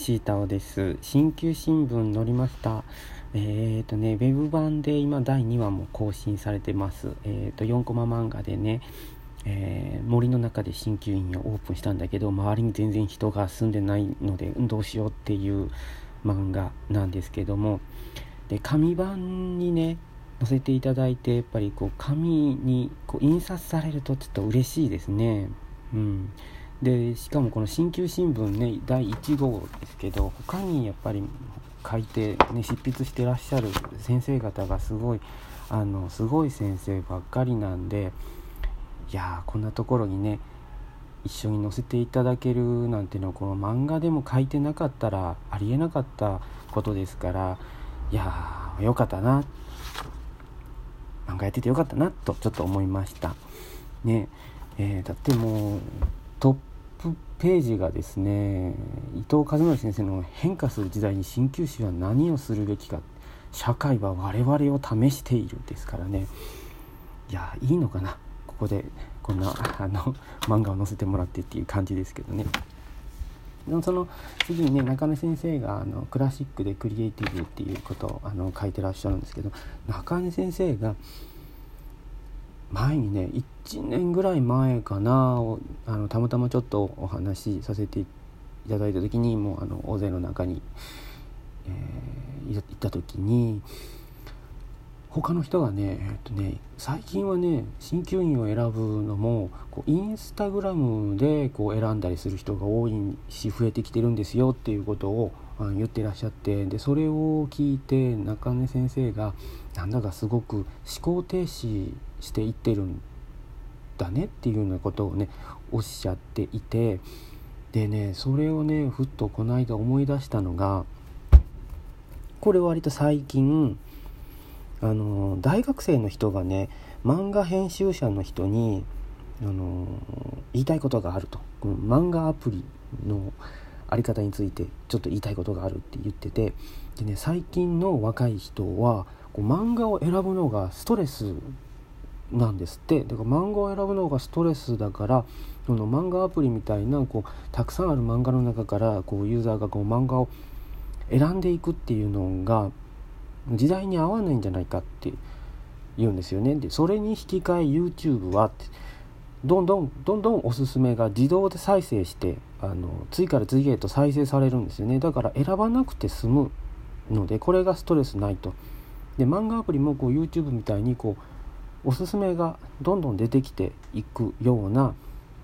シータオです。新旧新聞載りました。ウェブ版で今第2話も更新されてます。4コマ漫画でね、森の中で鍼灸院をオープンしたんだけど、周りに全然人が住んでないのでどうしようっていう漫画なんですけども、で紙版にね載せていただいて、やっぱり紙に印刷されるとちょっと嬉しいですね。でしかもこの新旧新聞ね第1号ですけど、他にやっぱり書いて、ね、執筆してらっしゃる先生方がすごい先生ばっかりなんで、いやこんなところにね一緒に載せていただけるなんていうのは、この漫画でも書いてなかったらありえなかったことですから、いやよかったな、漫画やっててよかったなとちょっと思いましたね。だってもうトップページがですね、伊藤和則先生の変化する時代に鍼灸師は何をするべきか、社会は我々を試しているですからね。いやいいのかな、ここでこんな漫画を載せてもらってっていう感じですけどね。その次にね、中根先生がクラシックでクリエイティブっていうことを書いてらっしゃるんですけど、中根先生が前にね1年ぐらい前かな、たまたまちょっとお話しさせていただいた時に、もう大勢の中に、行った時に他の人がね、最近はね鍼灸院を選ぶのもインスタグラムで選んだりする人が多いし増えてきてるんですよっていうことを言ってらっしゃって、でそれを聞いて中根先生がなんだかすごく思考停止していってるんだねっていうようなことをねおっしゃっていて、でねそれをねふっとこの間思い出したのが、これ割と最近大学生の人がね漫画編集者の人に言いたいことがあると、この漫画アプリのあり方についてちょっと言いたいことがあるって言ってて、でね最近の若い人は漫画を選ぶのがストレスなんですって。だから漫画を選ぶのがストレスだから、この漫画アプリみたいなたくさんある漫画の中からユーザーが漫画を選んでいくっていうのが時代に合わないんじゃないかって言うんですよね。でそれに引き換え YouTube はどんどんおすすめが自動で再生して次から次へと再生されるんですよね。だから選ばなくて済むので、これがストレスないと。で漫画アプリもYouTube みたいにおすすめがどんどん出てきていくような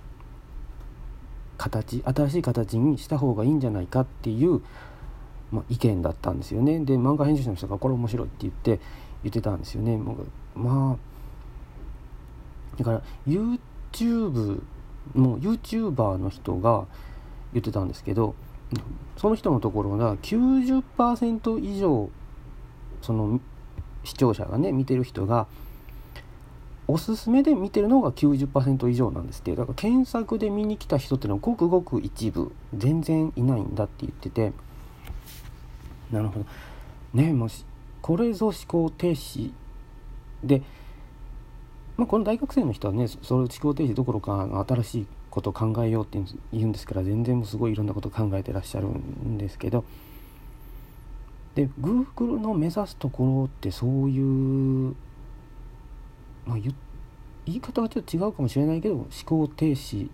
形、新しい形にした方がいいんじゃないかっていう、意見だったんですよね。で漫画編集者の人がこれ面白いって言ってたんですよね。だから YouTube の YouTuber の人が言ってたんですけど、その人のところが 90% 以上その視聴者がね見てる人がおすすめで見てるのが 90% 以上なんですって。だから検索で見に来た人っていうのはごくごく一部、全然いないんだって言ってて、なるほどね。もしこれぞ思考停止で、この大学生の人はねそれ思考停止どころか新しいことを考えようって言うんですから、全然すごいいろんなことを考えてらっしゃるんですけど、で Google の目指すところってそういう、言い方はちょっと違うかもしれないけど、思考停止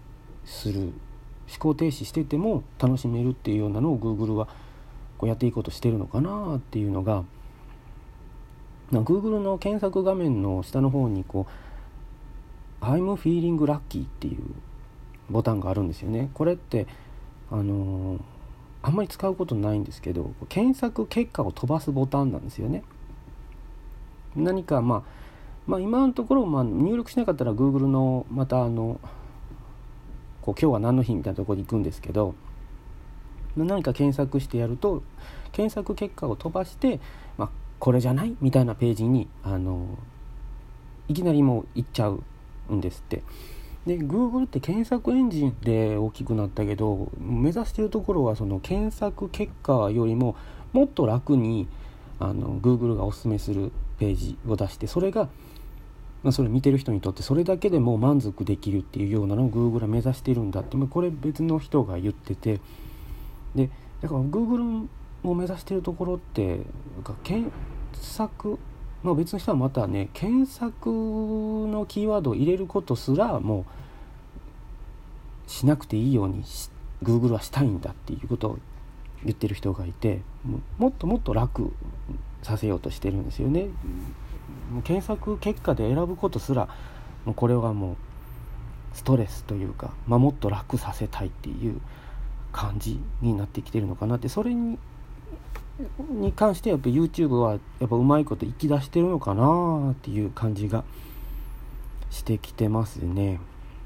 してても楽しめるっていうようなのを Google はやっていこうとしてるのかなっていうのが、Google の検索画面の下の方にI'm feeling lucky っていうボタンがあるんですよね。これってあんまり使うことないんですけど、検索結果を飛ばすボタンなんですよね。何か今のところ入力しなかったら Google のまた今日は何の日みたいなところに行くんですけど、何か検索してやると検索結果を飛ばして、これじゃないみたいなページにいきなりもう行っちゃうんですって。で Google って検索エンジンで大きくなったけど、目指しているところはその検索結果よりももっと楽にGoogle がおすすめするページを出して、それがそれ見てる人にとってそれだけでも満足できるっていうようなのを Google は目指しているんだって、これ別の人が言ってて、でだから Google を目指しているところって検索、別の人はまたね、検索のキーワードを入れることすらもうしなくていいようにGoogle はしたいんだっていうことを言ってる人がいて、もっともっと楽させようとしてるんですよね。検索結果で選ぶことすらもうこれはもうストレスというか、もっと楽させたいっていう感じになってきてるのかなって、それに関してやっぱ YouTube はやっぱうまいこと生き出してるのかなっていう感じがしてきてますね。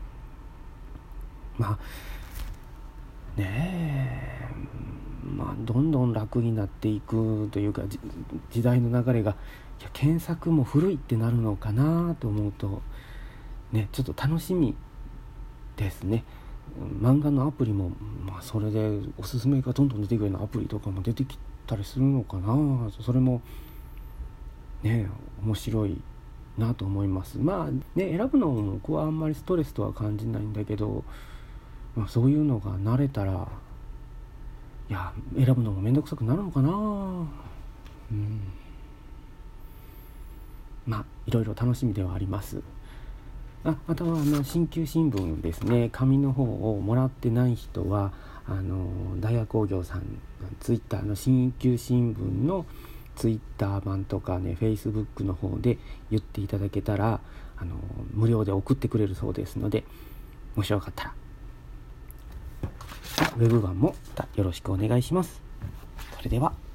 どんどん楽になっていくというか、時代の流れが検索も古いってなるのかなと思うとね、ちょっと楽しみですね。漫画のアプリも、それでおすすめがどんどん出てくるようなアプリとかも出てきたりするのかな。それもね面白いなと思います。選ぶのも僕はあんまりストレスとは感じないんだけど、そういうのが慣れたら選ぶのもめんどくさくなるのかな。いろいろ楽しみではあります。または新旧新聞ですね、紙の方をもらってない人はダイヤ工業さんツイッターの新旧新聞のツイッター版とかね、フェイスブックの方で言っていただけたら無料で送ってくれるそうですので、もしよかったらウェブ版もよろしくお願いします。それでは。